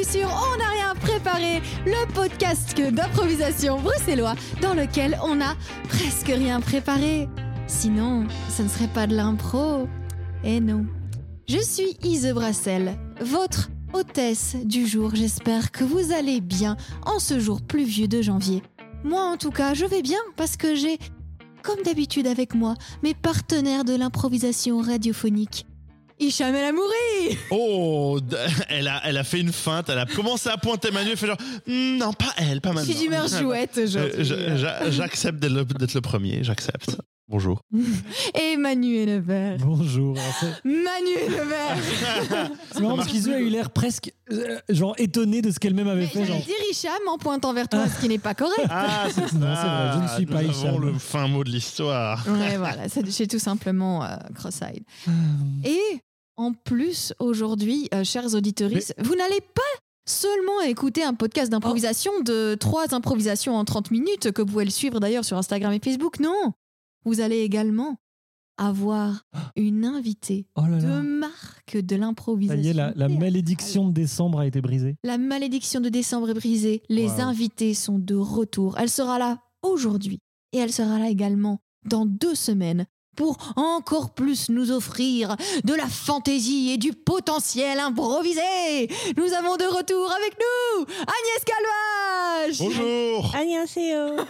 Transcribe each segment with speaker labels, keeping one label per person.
Speaker 1: sur On n'a rien préparé, le podcast d'improvisation bruxellois dans lequel on n'a presque rien préparé. Sinon, ce ne serait pas de l'impro. Et non. Je suis Ise Brassel, votre hôtesse du jour. J'espère que vous allez bien en ce jour pluvieux de janvier. Moi, en tout cas, je vais bien parce que j'ai, comme d'habitude avec moi, mes partenaires de l'improvisation radiophonique. Hicham El Amouri.
Speaker 2: Oh, elle a fait une feinte, elle a commencé à pointer Manu, elle fait genre non, pas elle, pas
Speaker 1: Je
Speaker 2: maintenant.
Speaker 1: suis d'humeur chouette aujourd'hui.
Speaker 2: J'accepte d'être le premier, j'accepte. Bonjour.
Speaker 1: Et Manu Lebert.
Speaker 3: Bonjour.
Speaker 1: Manu Lebert.
Speaker 3: C'est marrant parce qu'Izu a eu l'air presque genre étonné de ce qu'elle-même avait fait.
Speaker 1: J'allais dire Hicham en pointant vers toi, ce qui n'est pas correct.
Speaker 2: Ah, c'est ça.
Speaker 3: Non, c'est vrai, je ne suis pas
Speaker 2: Nous
Speaker 3: Hicham.
Speaker 2: avons le fin mot de l'histoire.
Speaker 1: Ouais, voilà, j'ai tout simplement cross-eyed. Et en plus, aujourd'hui, chers auditeurs, vous n'allez pas seulement écouter un podcast d'improvisation de 3 improvisations en 30 minutes, que vous pouvez le suivre d'ailleurs sur Instagram et Facebook, non. Vous allez également avoir une invitée de marque de l'improvisation.
Speaker 3: Ça y est, la malédiction de décembre a été brisée.
Speaker 1: La malédiction de décembre est brisée. Les invités sont de retour. Elle sera là aujourd'hui et elle sera là également dans 2 semaines pour encore plus nous offrir de la fantaisie et du potentiel improvisé. Nous avons de retour avec nous Agnès Calvache.
Speaker 2: Bonjour.
Speaker 4: Annyeonghaseyo.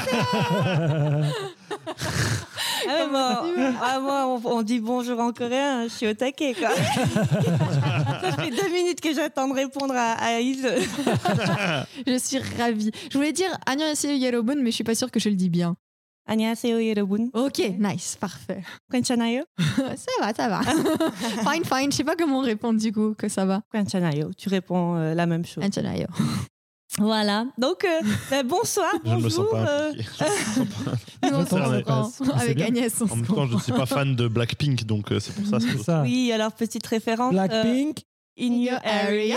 Speaker 4: Moi, on dit bonjour en coréen, je suis au taquet, quoi. Ça fait 2 minutes que j'attends de répondre à Ise.
Speaker 1: Je suis ravie. Je voulais dire Annyeonghaseyo Yerobun, mais je suis pas sûre que je le dis bien.
Speaker 4: Annyeonghaseyo Yerobun.
Speaker 1: Ok, nice, parfait.
Speaker 4: 괜찮아요?
Speaker 1: Ça va. Fine. Je sais pas comment répondre du coup, que ça va.
Speaker 4: 괜찮아요. Tu réponds la même chose.
Speaker 1: 괜찮아요.
Speaker 4: Voilà. Donc, bonsoir,
Speaker 2: Je ne me sens
Speaker 4: bonjour.
Speaker 2: pas impliqué.
Speaker 1: Nous, on se reprend.
Speaker 3: C'est
Speaker 1: Avec
Speaker 3: bien.
Speaker 1: Agnès, on
Speaker 2: En
Speaker 1: se
Speaker 2: même temps, je ne suis pas fan de Blackpink, donc c'est pour ça.
Speaker 3: C'est ça.
Speaker 4: Oui, alors petite référence.
Speaker 3: Blackpink.
Speaker 4: In your area.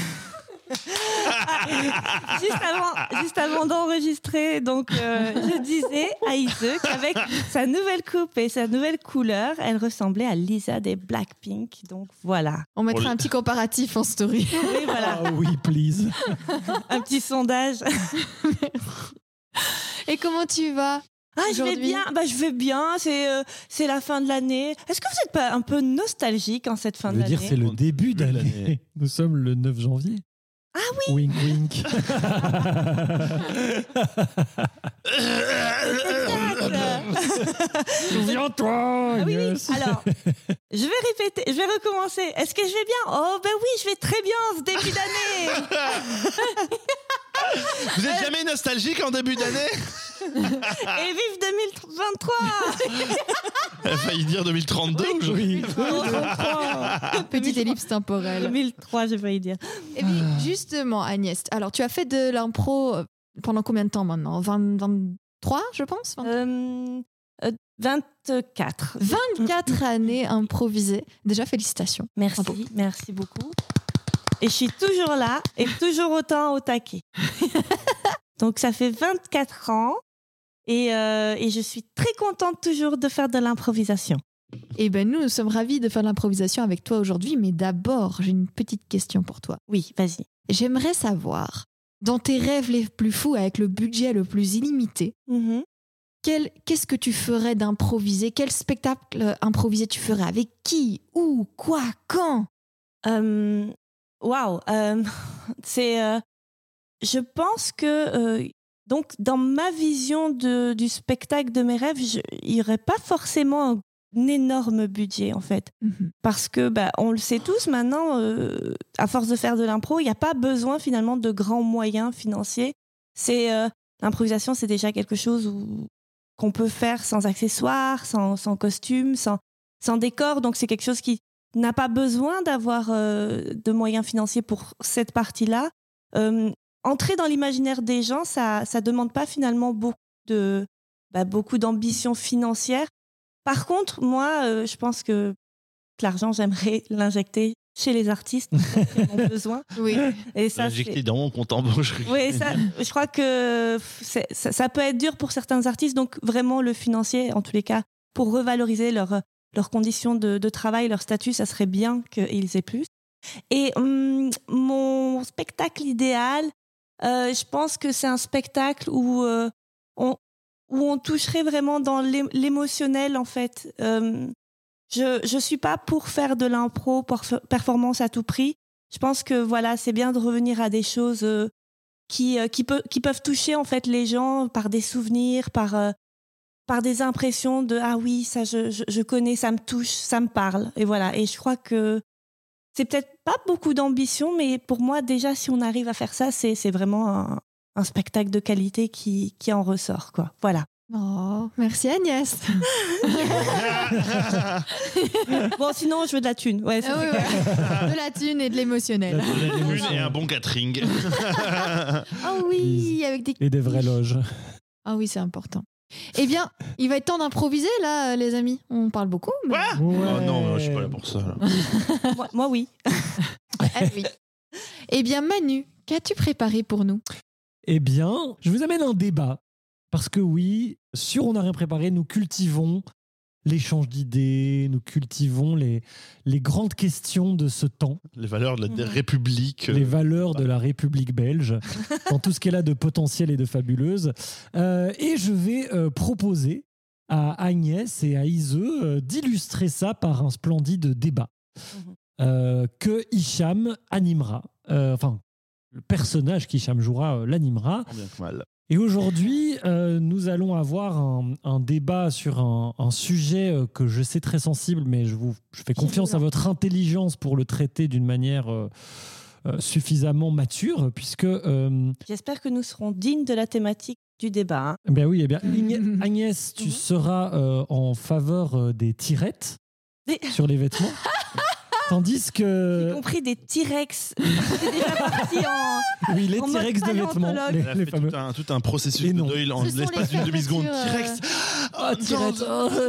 Speaker 4: Juste avant d'enregistrer, donc je disais à Ise qu'avec sa nouvelle coupe et sa nouvelle couleur, elle ressemblait à Lisa des Blackpink. Donc voilà.
Speaker 1: On mettra un petit comparatif en story.
Speaker 4: Oui, voilà.
Speaker 3: Ah oui, please.
Speaker 4: Un petit sondage.
Speaker 1: Et comment tu vas?
Speaker 4: Je vais bien. Je vais bien. C'est la fin de l'année. Est-ce que vous n'êtes pas un peu nostalgique en cette fin
Speaker 3: Je
Speaker 4: de
Speaker 3: veux
Speaker 4: l'année?
Speaker 3: dire, c'est le début d'année. Nous sommes le 9 janvier.
Speaker 4: Ah oui.
Speaker 3: Wink, wink. Souviens-toi.
Speaker 4: Ah oui,
Speaker 3: Agnès.
Speaker 4: Alors, je vais répéter, je vais recommencer. Est-ce que je vais bien? Oh, ben oui, je vais très bien en ce début d'année.
Speaker 2: Vous êtes jamais nostalgique en début d'année?
Speaker 4: Et vive 2023.
Speaker 2: Elle a failli dire 2032 aujourd'hui.
Speaker 3: Oui.
Speaker 1: Petite ellipse temporelle.
Speaker 4: 2003, j'ai failli dire.
Speaker 1: Et puis, justement, Agnès, alors tu as fait de l'impro pendant combien de temps maintenant? 23, je pense?
Speaker 4: 24.
Speaker 1: 24 années improvisées. Déjà, félicitations.
Speaker 4: Merci,
Speaker 1: Bravo.
Speaker 4: merci beaucoup. Et je suis toujours là et toujours autant au taquet. Donc, ça fait 24 ans et je suis très contente toujours de faire de l'improvisation.
Speaker 1: Eh bien, nous sommes ravis de faire de l'improvisation avec toi aujourd'hui, mais d'abord, j'ai une petite question pour toi.
Speaker 4: Oui, vas-y.
Speaker 1: J'aimerais savoir, dans tes rêves les plus fous, avec le budget le plus illimité, qu'est-ce que tu ferais d'improviser? Quel spectacle improvisé tu ferais? Avec qui? Où? Quoi? Quand?
Speaker 4: Waouh. Je pense que donc dans ma vision du spectacle de mes rêves, il n'y aurait pas forcément un énorme budget en fait, parce que on le sait tous maintenant, à force de faire de l'impro, il n'y a pas besoin finalement de grands moyens financiers. L'improvisation, c'est déjà quelque chose qu'on peut faire sans accessoires, sans costume, sans décor, donc c'est quelque chose qui n'a pas besoin d'avoir de moyens financiers pour cette partie-là. Entrer dans l'imaginaire des gens, ça demande pas finalement beaucoup d'ambition financière. Par contre, moi, je pense que l'argent, j'aimerais l'injecter chez les artistes qui en ont besoin.
Speaker 1: Oui.
Speaker 4: Et ça,
Speaker 2: L'injecter dans mon compte en banque.
Speaker 4: Oui, ça, je crois que ça peut être dur pour certains artistes. Donc vraiment, le financier, en tous les cas, pour revaloriser leurs conditions de travail, leur statut, ça serait bien qu'ils aient plus. Et mon mon spectacle idéal, je pense que c'est un spectacle où on toucherait vraiment dans l'émotionnel, en fait. Je suis pas pour faire de l'impro, performance à tout prix. Je pense que voilà, c'est bien de revenir à des choses qui peuvent toucher en fait les gens par des souvenirs, par des impressions de ah oui, ça je connais, ça me touche, ça me parle. Et voilà. Et je crois que c'est peut-être pas beaucoup d'ambition, mais pour moi déjà, si on arrive à faire ça, c'est vraiment un spectacle de qualité qui en ressort, quoi. Voilà.
Speaker 1: Oh, merci Agnès.
Speaker 4: Bon, sinon, je veux de la thune. Ouais,
Speaker 1: Ah oui, ouais. De la thune et de l'émotionnel.
Speaker 2: Et un bon catering.
Speaker 1: Ah oui, avec des...
Speaker 3: Et des vraies loges.
Speaker 1: Ah oui, c'est important. Eh bien, il va être temps d'improviser, là, les amis. On parle beaucoup, mais...
Speaker 2: Ouais. Oh non, je suis pas là pour ça. Là.
Speaker 4: moi, oui.
Speaker 1: Ah oui. Eh bien, Manu, qu'as-tu préparé pour nous ?
Speaker 3: Eh bien, je vous amène un débat. Parce que oui, sur On n'a rien préparé, nous cultivons l'échange d'idées, nous cultivons les grandes questions de ce temps.
Speaker 2: Les valeurs de la République.
Speaker 3: Les valeurs de la République belge, dans tout ce qu'elle a de potentiel et de fabuleuse. Et je vais proposer à Agnès et à Ise d'illustrer ça par un splendide débat que Hicham animera. Enfin, le personnage qu'Hicham jouera l'animera.
Speaker 2: Bien que mal.
Speaker 3: Et aujourd'hui, nous allons avoir un débat sur un sujet que je sais très sensible, mais je fais confiance à votre intelligence pour le traiter d'une manière suffisamment mature, puisque...
Speaker 4: J'espère que nous serons dignes de la thématique du débat. Hein.
Speaker 3: Ben oui, eh bien, Agnès, tu seras en faveur des tirettes sur les vêtements. Tandis que...
Speaker 4: J'ai compris des T-Rex. C'est déjà parti en...
Speaker 3: Oui, les T-Rex de vêtements.
Speaker 2: Elle a fait tout un processus de deuil en l'espace d'une demi-seconde. T-Rex.
Speaker 3: T-Rex.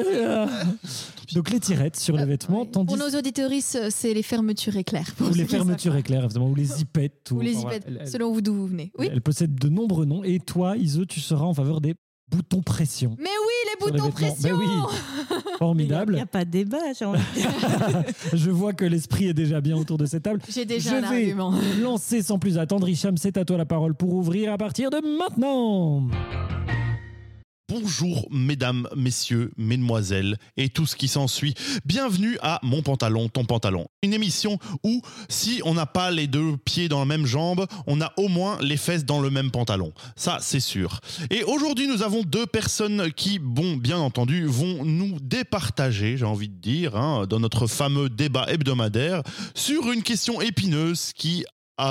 Speaker 3: Donc les tirettes sur les vêtements. Tandis...
Speaker 1: Pour nos auditoristes, c'est les fermetures éclairs.
Speaker 3: Ou les fermetures éclairs, évidemment. Ou les zipettes.
Speaker 1: Ou les zipettes, selon d'où vous venez. Oui.
Speaker 3: Elle possède de nombreux noms. Et toi, Ise, tu seras en faveur des boutons pression.
Speaker 1: Mais oui, les boutons pression.
Speaker 3: Ben oui. Formidable.
Speaker 4: Il n'y a pas de débat, j'ai envie de dire.
Speaker 3: Je vois que l'esprit est déjà bien autour de cette table.
Speaker 1: J'ai déjà un argument.
Speaker 3: Je vais lancer sans plus attendre. Hicham, c'est à toi la parole pour ouvrir à partir de maintenant.
Speaker 2: Bonjour mesdames, messieurs, mesdemoiselles et tout ce qui s'ensuit. Bienvenue à Mon Pantalon, Ton Pantalon. Une émission où, si on n'a pas les deux pieds dans la même jambe, on a au moins les fesses dans le même pantalon. Ça, c'est sûr. Et aujourd'hui, nous avons deux personnes qui, bien entendu, vont nous départager, j'ai envie de dire, dans notre fameux débat hebdomadaire sur une question épineuse qui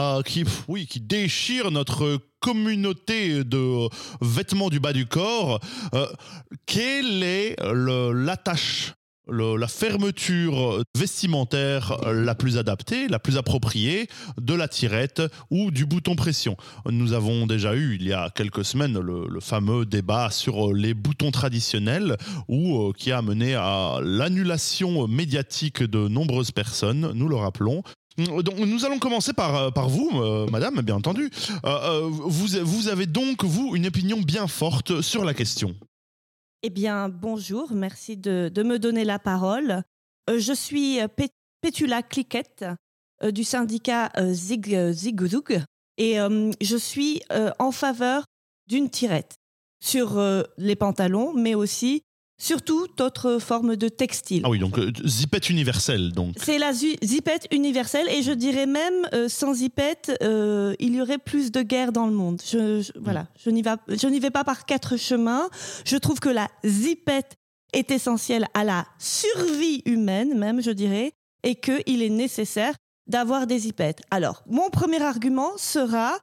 Speaker 2: déchire notre communauté de vêtements du bas du corps. Quelle est l'attache, la fermeture vestimentaire la plus adaptée, la plus appropriée de la tirette ou du bouton pression? Nous avons déjà eu, il y a quelques semaines, le fameux débat sur les boutons traditionnels qui a mené à l'annulation médiatique de nombreuses personnes, nous le rappelons. Donc, nous allons commencer par vous, madame, bien entendu. Vous avez donc, vous, une opinion bien forte sur la question.
Speaker 4: Eh bien, bonjour, merci de me donner la parole. Je suis Pétula Cliquette du syndicat Zigouzoug et je suis en faveur d'une tirette sur les pantalons, mais aussi sur toute autre forme de textile.
Speaker 2: Ah oui, donc zipette universelle. Donc.
Speaker 4: C'est la zipette universelle et je dirais même, sans zipette, il y aurait plus de guerre dans le monde. Voilà, je n'y vais pas par quatre chemins. Je trouve que la zipette est essentielle à la survie humaine, même, je dirais, et qu'il est nécessaire d'avoir des zipettes. Alors, mon premier argument sera,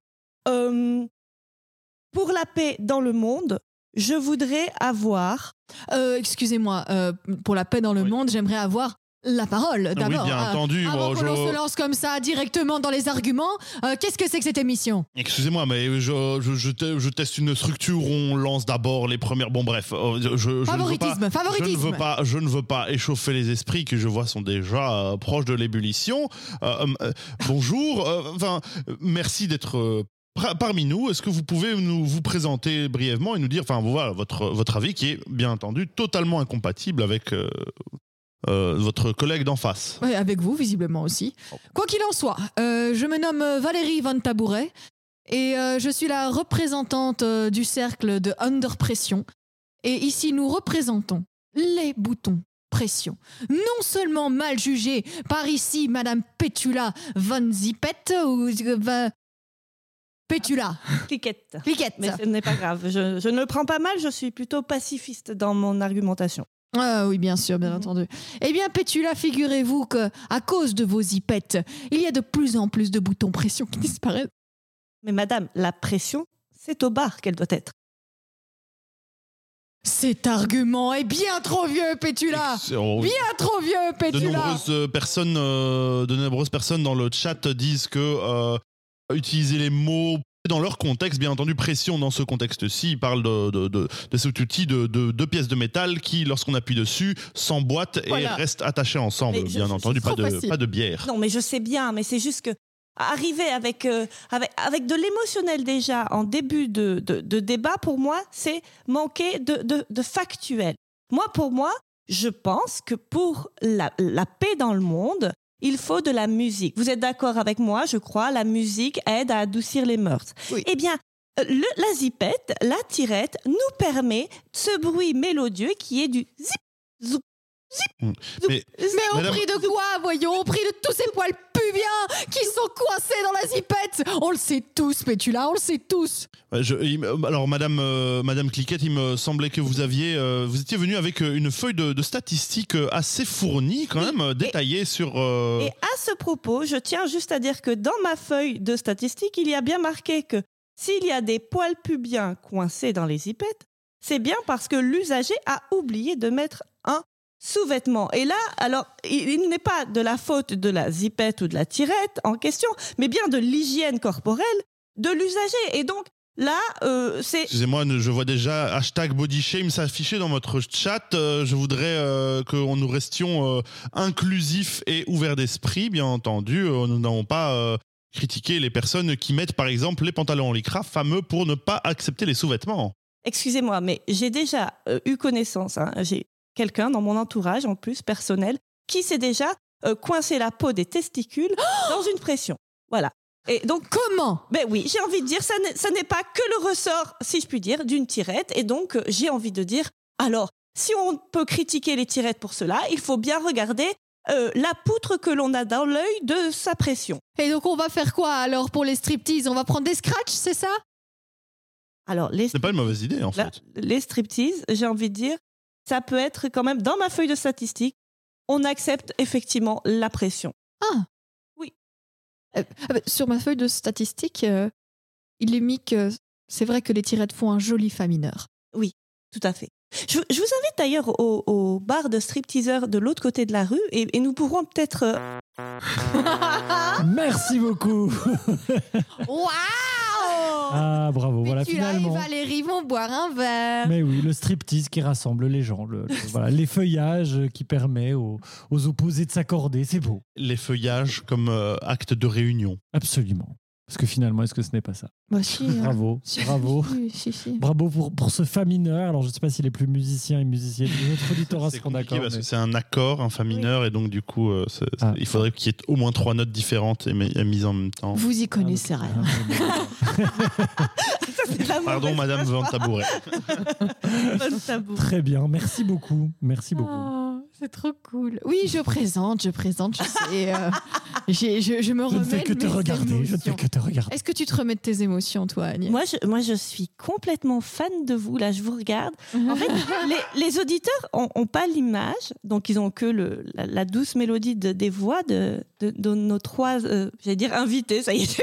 Speaker 4: pour la paix dans le monde, je voudrais avoir...
Speaker 1: excusez-moi, pour la paix dans le monde, j'aimerais avoir la parole d'abord.
Speaker 2: Oui, bien entendu.
Speaker 1: Avant qu'on se lance comme ça directement dans les arguments, qu'est-ce que c'est que cette émission?
Speaker 2: Excusez-moi, mais je teste une structure où on lance d'abord les premières... Bon bref,
Speaker 1: favoritisme.
Speaker 2: Je ne veux pas échauffer les esprits que je vois sont déjà proches de l'ébullition. Bonjour, merci d'être... parmi nous, est-ce que vous pouvez vous présenter brièvement et nous dire, voilà, votre avis qui est bien entendu totalement incompatible avec votre collègue d'en face.
Speaker 1: Ouais, avec vous, visiblement aussi. Quoi qu'il en soit, je me nomme Valérie Van Tabouret et je suis la représentante du cercle de Under Pression. Et ici, nous représentons les boutons pression. Non seulement mal jugés par ici Madame Petula Van Zippet ou Petula.
Speaker 4: Cliquette.
Speaker 1: Cliquette.
Speaker 4: Mais ce n'est pas grave. Je ne le prends pas mal, je suis plutôt pacifiste dans mon argumentation.
Speaker 1: Ah oui, bien sûr, bien entendu. Eh bien, Petula, figurez-vous que, à cause de vos zippettes, il y a de plus en plus de boutons pression qui disparaissent.
Speaker 4: Mais madame, la pression, c'est au bar qu'elle doit être.
Speaker 1: Cet argument est bien trop vieux, Petula. Bien trop vieux, Petula.
Speaker 2: De nombreuses personnes dans le chat disent que utiliser les mots dans leur contexte, bien entendu, pression dans ce contexte-ci, ils parlent de cet outil de deux pièces de métal qui, lorsqu'on appuie dessus, s'emboîtent et restent attachés ensemble. Bien entendu, pas de bière.
Speaker 4: Non, mais je sais bien, mais c'est juste que arriver avec de l'émotionnel déjà en début de débat, pour moi, c'est manquer de factuel. Pour moi, je pense que pour la paix dans le monde, il faut de la musique. Vous êtes d'accord avec moi, je crois, la musique aide à adoucir les mœurs. Oui. Eh bien, la zippette, la tirette, nous permet ce bruit mélodieux qui est du zip, zoup, zip, zoup.
Speaker 2: Mais
Speaker 1: au prix de quoi, voyons? Au prix de tous ces poils pubiens qui sont coincés dans la zippette. On le sait tous, Petula, on le sait tous.
Speaker 2: Alors, Madame Cliquette, il me semblait que vous étiez venu avec une feuille de statistiques assez fournie, quand même, détaillée sur...
Speaker 4: Et à ce propos, je tiens juste à dire que dans ma feuille de statistiques, il y a bien marqué que s'il y a des poils pubiens coincés dans les zippettes, c'est bien parce que l'usager a oublié de mettre un sous-vêtement. Et là, alors, il n'est pas de la faute de la zippette ou de la tirette en question, mais bien de l'hygiène corporelle de l'usager. Et donc, là, c'est...
Speaker 2: Excusez-moi, je vois déjà #bodyshame s'afficher dans votre chat. Je voudrais que nous restions inclusifs et ouverts d'esprit, bien entendu. Nous n'avons pas critiqué les personnes qui mettent, par exemple, les pantalons en lycra fameux pour ne pas accepter les sous-vêtements.
Speaker 4: Excusez-moi, mais j'ai déjà eu connaissance, j'ai quelqu'un dans mon entourage, en plus, personnel, qui s'est déjà coincé la peau des testicules dans une pression. Voilà. Et donc,
Speaker 1: comment?
Speaker 4: Ben oui, j'ai envie de dire, ça n'est pas que le ressort, si je puis dire, d'une tirette. Et donc, j'ai envie de dire, alors, si on peut critiquer les tirettes pour cela, il faut bien regarder la poutre que l'on a dans l'œil de sa pression.
Speaker 1: Et donc, on va faire quoi alors pour les striptease? On va prendre des scratchs, c'est ça?
Speaker 4: Alors,
Speaker 2: c'est pas une mauvaise idée, en fait.
Speaker 4: Les striptease, j'ai envie de dire, ça peut être quand même, dans ma feuille de statistiques, on accepte effectivement la pression.
Speaker 1: Ah.
Speaker 4: Oui.
Speaker 1: Sur ma feuille de statistiques, il est mis que c'est vrai que les tirettes font un joli fa mineur.
Speaker 4: Oui, tout à fait. Je vous invite d'ailleurs au bar de stripteaseurs de l'autre côté de la rue et nous pourrons peut-être...
Speaker 3: Merci beaucoup.
Speaker 1: Waouh!
Speaker 3: Ah, bravo.
Speaker 1: Mais
Speaker 3: voilà, finalement.
Speaker 1: Et Valérie vont boire un verre.
Speaker 3: Mais oui, le striptease qui rassemble les gens. Voilà, les feuillages qui permet aux opposés de s'accorder. C'est beau.
Speaker 2: Les feuillages comme acte de réunion.
Speaker 3: Absolument. Parce que finalement, est-ce que ce n'est pas ça?
Speaker 1: Bah si.
Speaker 3: Bravo. Bravo.
Speaker 1: Si.
Speaker 3: Bravo pour ce fa mineur. Alors, je ne sais pas si les plus musiciens et musiciennes de notre auditorat seront d'accord.
Speaker 2: Parce que c'est un accord, un fa mineur, et donc du coup, il faudrait qu'il y ait au moins 3 notes différentes et mises en même temps.
Speaker 1: Vous y connaissez rien.
Speaker 2: Pardon, Madame Van Tabouret.
Speaker 3: Très bien. Merci beaucoup. Merci beaucoup.
Speaker 1: Oh, c'est trop cool. Oui, je présente, je sais. Je me remets.
Speaker 3: Je ne fais que te regarder. Est-ce
Speaker 1: que tu te remets de tes émotions, toi, Agnès?
Speaker 4: Moi, je suis complètement fan de vous. Là, je vous regarde. En fait, les auditeurs ont pas l'image, donc ils ont que la douce mélodie des voix de nos 3, j'allais dire invités. Ça y est,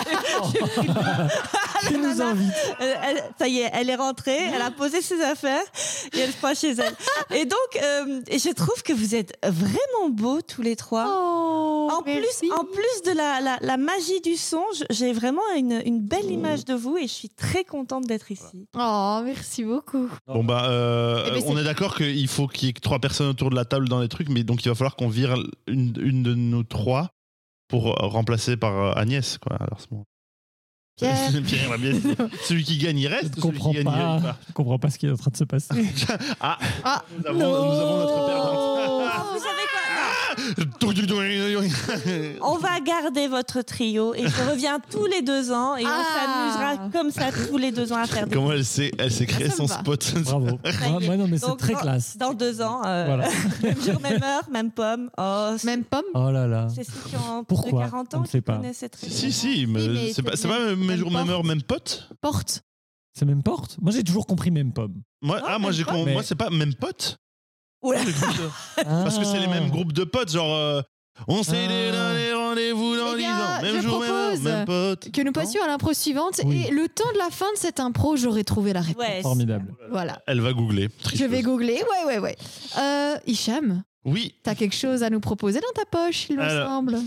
Speaker 3: Tu nous invites.
Speaker 4: Ça y est, elle est rentrée, elle a posé ses affaires et elle se croit chez elle. Et donc, et je trouve que vous êtes vraiment beaux tous les 3.
Speaker 1: Oh,
Speaker 4: en plus de la magie du son, j'ai vraiment une belle image de vous et je suis très contente d'être ici.
Speaker 1: Oh, merci beaucoup.
Speaker 2: Bon on est d'accord qu'il faut qu'il y ait 3 personnes autour de la table dans les trucs, mais donc il va falloir qu'on vire une de nous 3 pour remplacer par Agnès, quoi. Alors,
Speaker 1: Pierre.
Speaker 2: Pierre, bien sûr. Celui qui gagne, il reste.
Speaker 3: Je
Speaker 2: Celui qui gagne, il gagne pas.
Speaker 3: ne comprends pas ce qui est en train de se passer.
Speaker 2: Ah,
Speaker 1: Ah,
Speaker 2: nous avons notre perdante.
Speaker 4: Oh, vous savez quoi? On va garder votre trio et je reviens tous les 2 ans et on s'amusera comme ça tous les 2 ans à faire des...
Speaker 2: Comment elle s'est créé
Speaker 1: Ça me
Speaker 2: son
Speaker 1: va.
Speaker 2: spot.
Speaker 3: Bravo. Moi, non, mais c'est
Speaker 4: Donc,
Speaker 3: très classe.
Speaker 4: Dans 2 ans,
Speaker 3: Voilà.
Speaker 4: même jour, même heure, même pomme. Oh,
Speaker 1: Même pomme.
Speaker 3: Oh là là.
Speaker 4: c'est ceux qui ont plus de
Speaker 3: Pourquoi
Speaker 4: 40
Speaker 3: On
Speaker 4: ans
Speaker 3: ne sait
Speaker 4: qui
Speaker 3: pas.
Speaker 4: connaissent cette
Speaker 2: Si, mais,
Speaker 1: mais
Speaker 2: c'est pas
Speaker 1: même
Speaker 2: même jour, même
Speaker 1: porte.
Speaker 2: heure, même pote.
Speaker 1: Porte.
Speaker 3: C'est même porte. Moi, j'ai toujours compris même pomme.
Speaker 2: Moi,
Speaker 4: Non,
Speaker 2: moi,
Speaker 4: même pas.
Speaker 3: Mais-
Speaker 2: moi, c'est pas même pote.
Speaker 4: Oula.
Speaker 2: Parce que c'est les mêmes groupes de potes, genre on s'est donné rendez-vous dans
Speaker 1: Les
Speaker 2: 10
Speaker 1: gars,
Speaker 2: ans, même
Speaker 1: je
Speaker 2: jour, même heure,
Speaker 1: propose
Speaker 2: même pote.
Speaker 1: Que nous passions à l'impro suivante.
Speaker 3: Oui.
Speaker 1: Et le temps de la fin de cette impro, j'aurais trouvé la réponse.
Speaker 4: Ouais,
Speaker 3: Formidable.
Speaker 1: Voilà.
Speaker 2: Elle va googler.
Speaker 1: Je vais googler. Ouais. Hicham,
Speaker 2: Oui.
Speaker 1: t'as quelque chose à nous proposer dans ta poche, il me
Speaker 2: Alors.
Speaker 1: semble.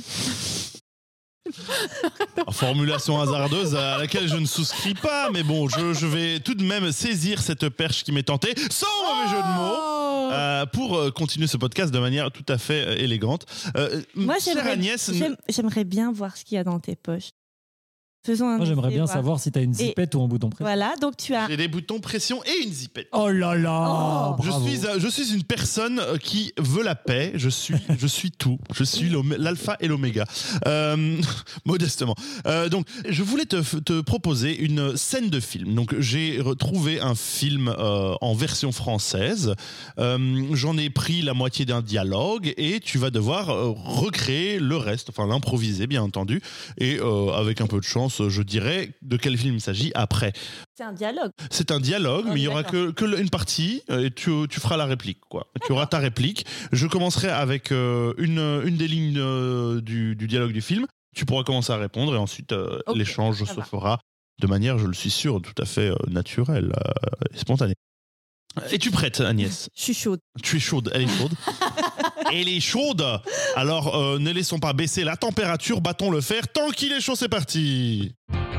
Speaker 2: En formulation hasardeuse à laquelle je ne souscris pas, mais bon, je vais tout de même saisir cette perche qui m'est tentée, sans mauvais jeu de mots, pour continuer ce podcast de manière tout à fait élégante.
Speaker 4: Moi,
Speaker 2: chère Agnès,
Speaker 4: j'aimerais bien voir ce qu'il y a dans tes poches. Faisons un
Speaker 3: Moi, j'aimerais
Speaker 4: essai,
Speaker 3: bien
Speaker 4: voir.
Speaker 3: savoir si tu as une zipette ou un bouton près.
Speaker 4: Voilà, donc tu as...
Speaker 2: j'ai des boutons pression et une zipette.
Speaker 3: Oh là là.
Speaker 4: Oh.
Speaker 3: Bravo.
Speaker 2: Je suis une personne qui veut la paix. Je suis tout. Je suis l'alpha et l'oméga. Modestement. Donc, je voulais te proposer une scène de film. Donc, j'ai retrouvé un film en version française. J'en ai pris la moitié d'un dialogue et tu vas devoir recréer le reste, enfin l'improviser, bien entendu. Et avec un peu de chance, je dirais de quel film il s'agit après.
Speaker 4: C'est un dialogue.
Speaker 2: C'est un dialogue,
Speaker 4: Oh,
Speaker 2: mais il y aura
Speaker 4: d'accord.
Speaker 2: que une partie et tu feras la réplique, quoi. Tu auras ta réplique. Je commencerai avec une des lignes du dialogue du film. Tu pourras commencer à répondre et ensuite
Speaker 4: Ok,
Speaker 2: l'échange
Speaker 4: ça
Speaker 2: se
Speaker 4: va.
Speaker 2: fera de manière, je le suis sûr, tout à fait naturelle et spontanée. Es-tu prête, Agnès?
Speaker 4: Je suis chaude.
Speaker 2: Tu es chaude, elle est chaude. Elle est chaude. Alors ne laissons pas baisser la température, battons le fer. Tant qu'il est chaud, c'est parti.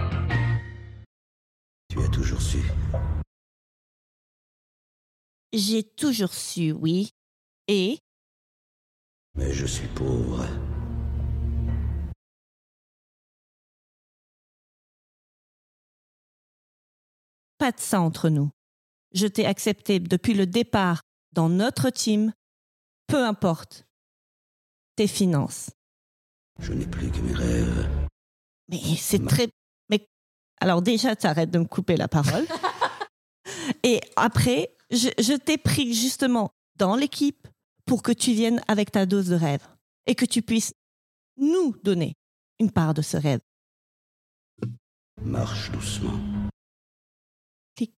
Speaker 5: Tu as toujours su.
Speaker 4: J'ai toujours su, oui. Et
Speaker 5: Mais je suis pauvre.
Speaker 4: pas de ça entre nous. Je t'ai accepté depuis le départ dans notre team, peu importe tes finances.
Speaker 5: Je n'ai plus que mes rêves.
Speaker 4: Mais c'est très... Mais alors déjà, t'arrêtes de me couper la parole. Et après, je t'ai pris justement dans l'équipe pour que tu viennes avec ta dose de rêve et que tu puisses nous donner une part de ce rêve.
Speaker 5: Marche doucement.
Speaker 4: Clic,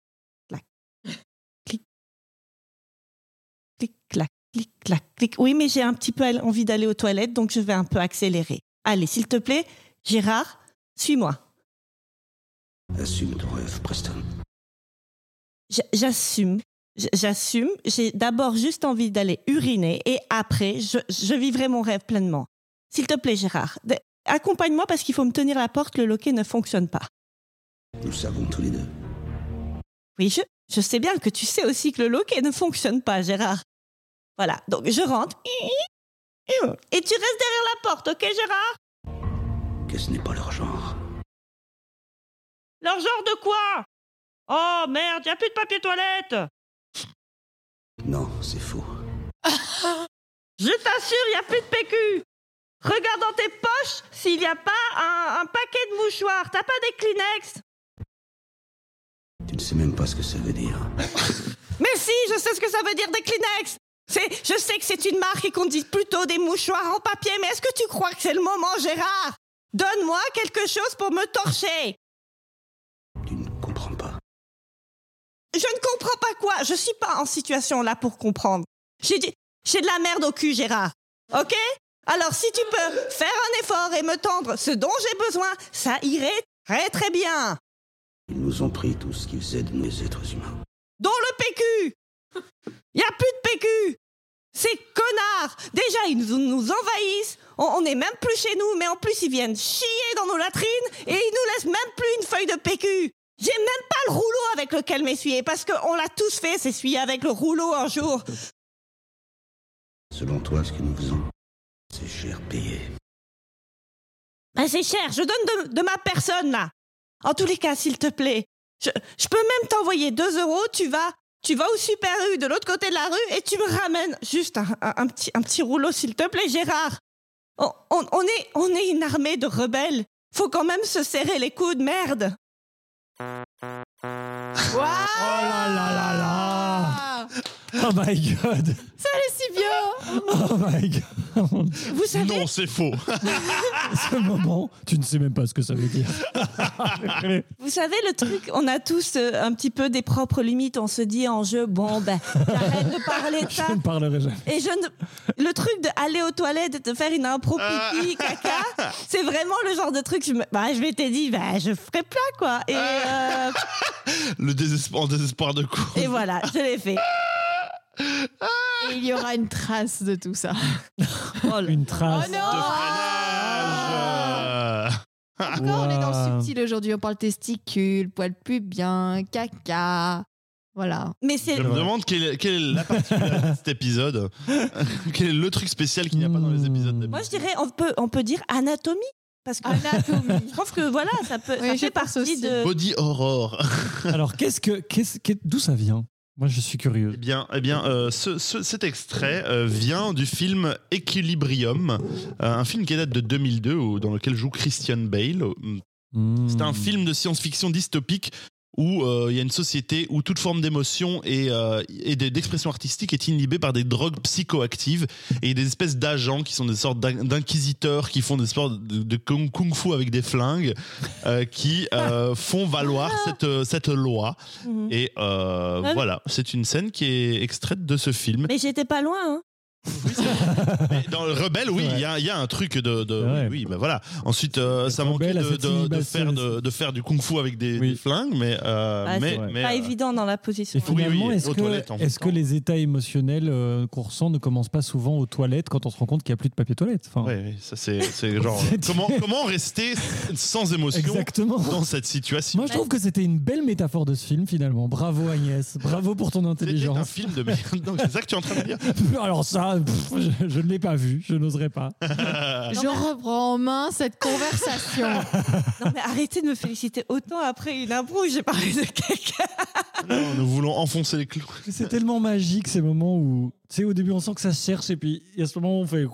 Speaker 4: clac, clic, clac, clic. Oui, mais j'ai un petit peu envie d'aller aux toilettes, donc je vais un peu accélérer. Allez, s'il te plaît, Gérard, suis-moi.
Speaker 5: Assume ton rêve, Preston.
Speaker 4: J'assume. J'assume. J'ai d'abord juste envie d'aller uriner et après, je vivrai mon rêve pleinement. S'il te plaît, Gérard, accompagne-moi parce qu'il faut me tenir la porte, le loquet ne fonctionne pas.
Speaker 5: Nous savons tous les deux.
Speaker 4: Oui, je sais bien que tu sais aussi que le loquet ne fonctionne pas, Gérard. Voilà, donc je rentre. Et tu restes derrière la porte, ok, Gérard?
Speaker 5: Que ce n'est pas leur genre.
Speaker 4: Leur genre de quoi? Oh merde, y a plus de papier toilette!
Speaker 5: Non, c'est faux.
Speaker 4: Je t'assure, y a plus de PQ! Regarde dans tes poches s'il n'y a pas un paquet de mouchoirs. T'as pas des Kleenex?
Speaker 5: Tu ne sais même pas ce que ça veut dire.
Speaker 4: Mais si, je sais ce que ça veut dire des Kleenex! Je sais que c'est une marque et qu'on dit plutôt des mouchoirs en papier, mais est-ce que tu crois que c'est le moment, Gérard? Donne-moi quelque chose pour me torcher!
Speaker 5: Tu ne comprends pas.
Speaker 4: Je ne comprends pas quoi. Je suis pas en situation là pour comprendre. J'ai de la merde au cul, Gérard. Ok? Alors si tu peux faire un effort et me tendre ce dont j'ai besoin, ça irait très très bien.
Speaker 5: Ils nous ont pris tout ce qu'ils faisaient de nous, les êtres humains.
Speaker 4: Dont le PQ. Y a plus de PQ. Ces connards. Déjà ils nous envahissent. On n'est même plus chez nous, mais en plus ils viennent chier dans nos latrines et ils nous laissent même plus une feuille de PQ. J'ai même pas le rouleau avec lequel m'essuyer, parce qu'on l'a tous fait, s'essuyer avec le rouleau un jour.
Speaker 5: Selon toi, ce que nous faisons, c'est cher payé.
Speaker 4: Ben c'est cher, je donne de ma personne, là. En tous les cas, s'il te plaît, je peux même t'envoyer 2 €. Tu vas au Super U de l'autre côté de la rue et tu me ramènes juste un petit rouleau, s'il te plaît, Gérard. On est une armée de rebelles. Faut quand même se serrer les coudes, merde.
Speaker 1: Waouh,
Speaker 3: Oh là là là là. Oh my god.
Speaker 1: ça allait si bien.
Speaker 3: Oh my god.
Speaker 4: Vous savez,
Speaker 2: Non, c'est faux.
Speaker 3: Ce moment, tu ne sais même pas ce que ça veut dire.
Speaker 4: vous savez le truc, on a tous un petit peu des propres limites. On se dit en jeu, bon ben, j'arrête de parler de ça.
Speaker 3: Je ne parlerai jamais.
Speaker 4: Et le truc d'aller aux toilettes et de faire une impro pipi, caca, c'est vraiment le genre de truc. Je m'étais dit, je ferai plein quoi. Et,
Speaker 2: En désespoir de quoi?
Speaker 4: et voilà, je l'ai fait.
Speaker 1: Et il y aura une trace de tout ça.
Speaker 3: Une trace.
Speaker 1: Oh
Speaker 2: De
Speaker 1: non.
Speaker 2: freinage.
Speaker 1: Encore, on est dans le
Speaker 3: Wow.
Speaker 1: subtil aujourd'hui. On parle testicules, poils pubiens, caca. Voilà.
Speaker 4: Mais c'est
Speaker 2: Je me demande quelle est la particularité de cet épisode. Quel est le truc spécial qu'il n'y a pas dans les épisodes d'habitude.
Speaker 4: moi je dirais, on peut dire anatomie. Parce que
Speaker 1: Anatomie.
Speaker 4: je trouve que voilà, ça
Speaker 1: Oui, je
Speaker 4: fait
Speaker 1: pense
Speaker 4: partie
Speaker 1: aussi.
Speaker 4: de.
Speaker 2: Body horror.
Speaker 3: Alors, d'où ça vient? Moi, je suis curieux.
Speaker 2: Eh bien, cet extrait vient du film Equilibrium, un film qui date de 2002, dans lequel joue Christian Bale. C'est un film de science-fiction dystopique où il y a une société où toute forme d'émotion et d'expression artistique est inhibée par des drogues psychoactives et des espèces d'agents qui sont des sortes d'inquisiteurs qui font des sortes de kung-fu avec des flingues qui font valoir cette loi.
Speaker 4: Mhm.
Speaker 2: Et voilà, c'est une scène qui est extraite de ce film.
Speaker 4: Mais j'étais pas loin, hein.
Speaker 2: Mais dans le Rebelle, oui, il y a un truc
Speaker 3: Ouais.
Speaker 2: oui, ben voilà. Ensuite, ça manquait
Speaker 3: Rebelle a cette
Speaker 2: de faire du kung-fu avec des flingues, mais
Speaker 4: C'est pas évident dans la position.
Speaker 3: Et finalement,
Speaker 2: oui,
Speaker 3: est-ce
Speaker 2: aux toilettes, en
Speaker 3: que
Speaker 2: même temps.
Speaker 3: les états émotionnels qu'on ressent ne commencent pas souvent aux toilettes quand on se rend compte qu'il n'y a plus de papier toilette? Enfin,
Speaker 2: ouais, ça c'est genre comment rester sans émotion
Speaker 3: exactement.
Speaker 2: dans cette situation.
Speaker 3: Moi, je trouve que c'était une belle métaphore de ce film, finalement. Bravo, Agnès. Bravo pour ton
Speaker 2: C'était un
Speaker 3: intelligence.
Speaker 2: film de merde. Donc, c'est ça que tu es en train de dire.
Speaker 3: Alors ça, je ne l'ai pas vu. Je n'oserais pas.
Speaker 1: Je reprends en main cette conversation.
Speaker 4: Non mais arrêtez de me féliciter autant après une impro où j'ai parlé de quelqu'un.
Speaker 2: Non, nous voulons enfoncer les clous.
Speaker 3: C'est tellement magique ces moments où, tu sais, au début on sent que ça se cherche et puis il y a ce moment où on fait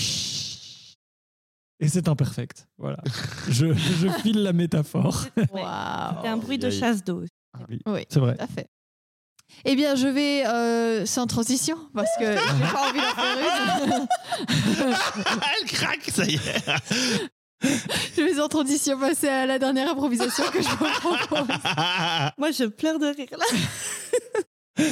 Speaker 3: et c'est imperfect. Voilà. Je file la métaphore.
Speaker 1: Waouh.
Speaker 4: C'est un bruit de
Speaker 2: Aïe, aïe.
Speaker 4: chasse d'eau.
Speaker 1: Oui,
Speaker 3: C'est vrai.
Speaker 1: tout à fait. Eh bien, je vais sans transition parce que j'ai pas envie d'en faire une.
Speaker 2: Elle craque, ça y est.
Speaker 1: Je vais sans transition passer à la dernière improvisation que je vous propose.
Speaker 4: Moi je pleure de rire là.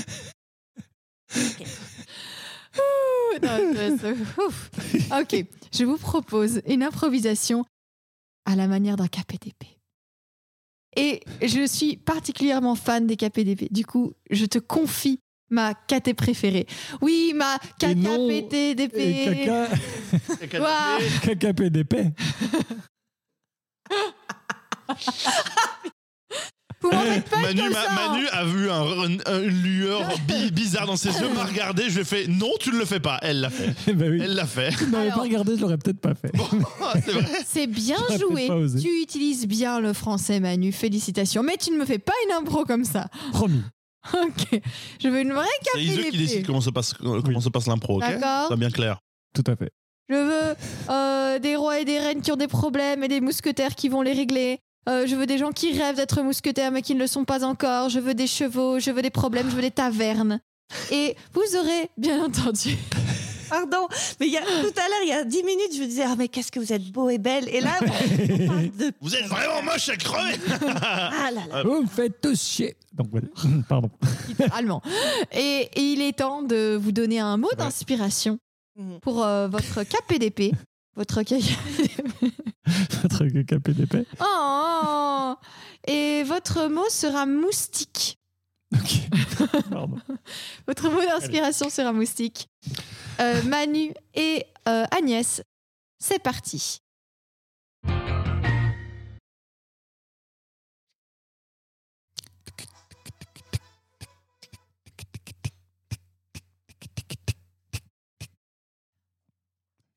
Speaker 1: Ouf. Ok, je vous propose une improvisation à la manière d'un KPDP. Et je suis particulièrement fan des KPDP. Du coup, je te confie ma KT préférée. Oui, ma
Speaker 3: Et non,
Speaker 1: KKPTDP.
Speaker 3: Et
Speaker 1: Ouah.
Speaker 3: caca PDP.
Speaker 1: Vous m'en faites pas
Speaker 2: Manu,
Speaker 1: comme ça.
Speaker 2: Manu a vu une lueur bizarre dans ses yeux, m'a regardé, je lui ai fait non, tu ne le fais pas. Elle l'a fait.
Speaker 3: Ben oui.
Speaker 2: Elle l'a fait.
Speaker 3: Si je n'avais
Speaker 1: Alors.
Speaker 3: pas regardé, je l'aurais peut-être pas fait.
Speaker 2: C'est vrai.
Speaker 1: C'est bien
Speaker 3: J'aurais
Speaker 1: joué.
Speaker 3: peut-être pas osé.
Speaker 1: Tu utilises bien le français, Manu. Félicitations. Mais tu ne me fais pas une impro comme ça.
Speaker 3: Promis.
Speaker 1: Ok. Je veux une vraie
Speaker 2: C'est Iseu qui
Speaker 1: KPDP.
Speaker 2: décide comment se passe l'impro, ok?
Speaker 1: D'accord.
Speaker 2: C'est bien clair.
Speaker 3: Tout à fait.
Speaker 1: Je veux des rois et des reines qui ont des problèmes et des mousquetaires qui vont les régler. Je veux des gens qui rêvent d'être mousquetaires mais qui ne le sont pas encore. Je veux des chevaux, je veux des problèmes, je veux des tavernes. Et vous aurez, bien entendu...
Speaker 4: Pardon, mais tout à l'heure, il y a 10 minutes, je me disais, ah mais qu'est-ce que vous êtes beau et belle. Et là, on parle de...
Speaker 2: Vous êtes vraiment moche à crever.
Speaker 4: Ah là là.
Speaker 3: Vous me faites tous chier. Donc voilà. Pardon.
Speaker 1: littéralement. Et il est temps de vous donner un mot d'inspiration pour votre KPDP. Votre
Speaker 3: Votre caca PDP.
Speaker 1: Oh. Et votre mot sera moustique.
Speaker 3: Ok. Pardon.
Speaker 1: Votre mot d'inspiration sera moustique. Manu et Agnès, c'est parti.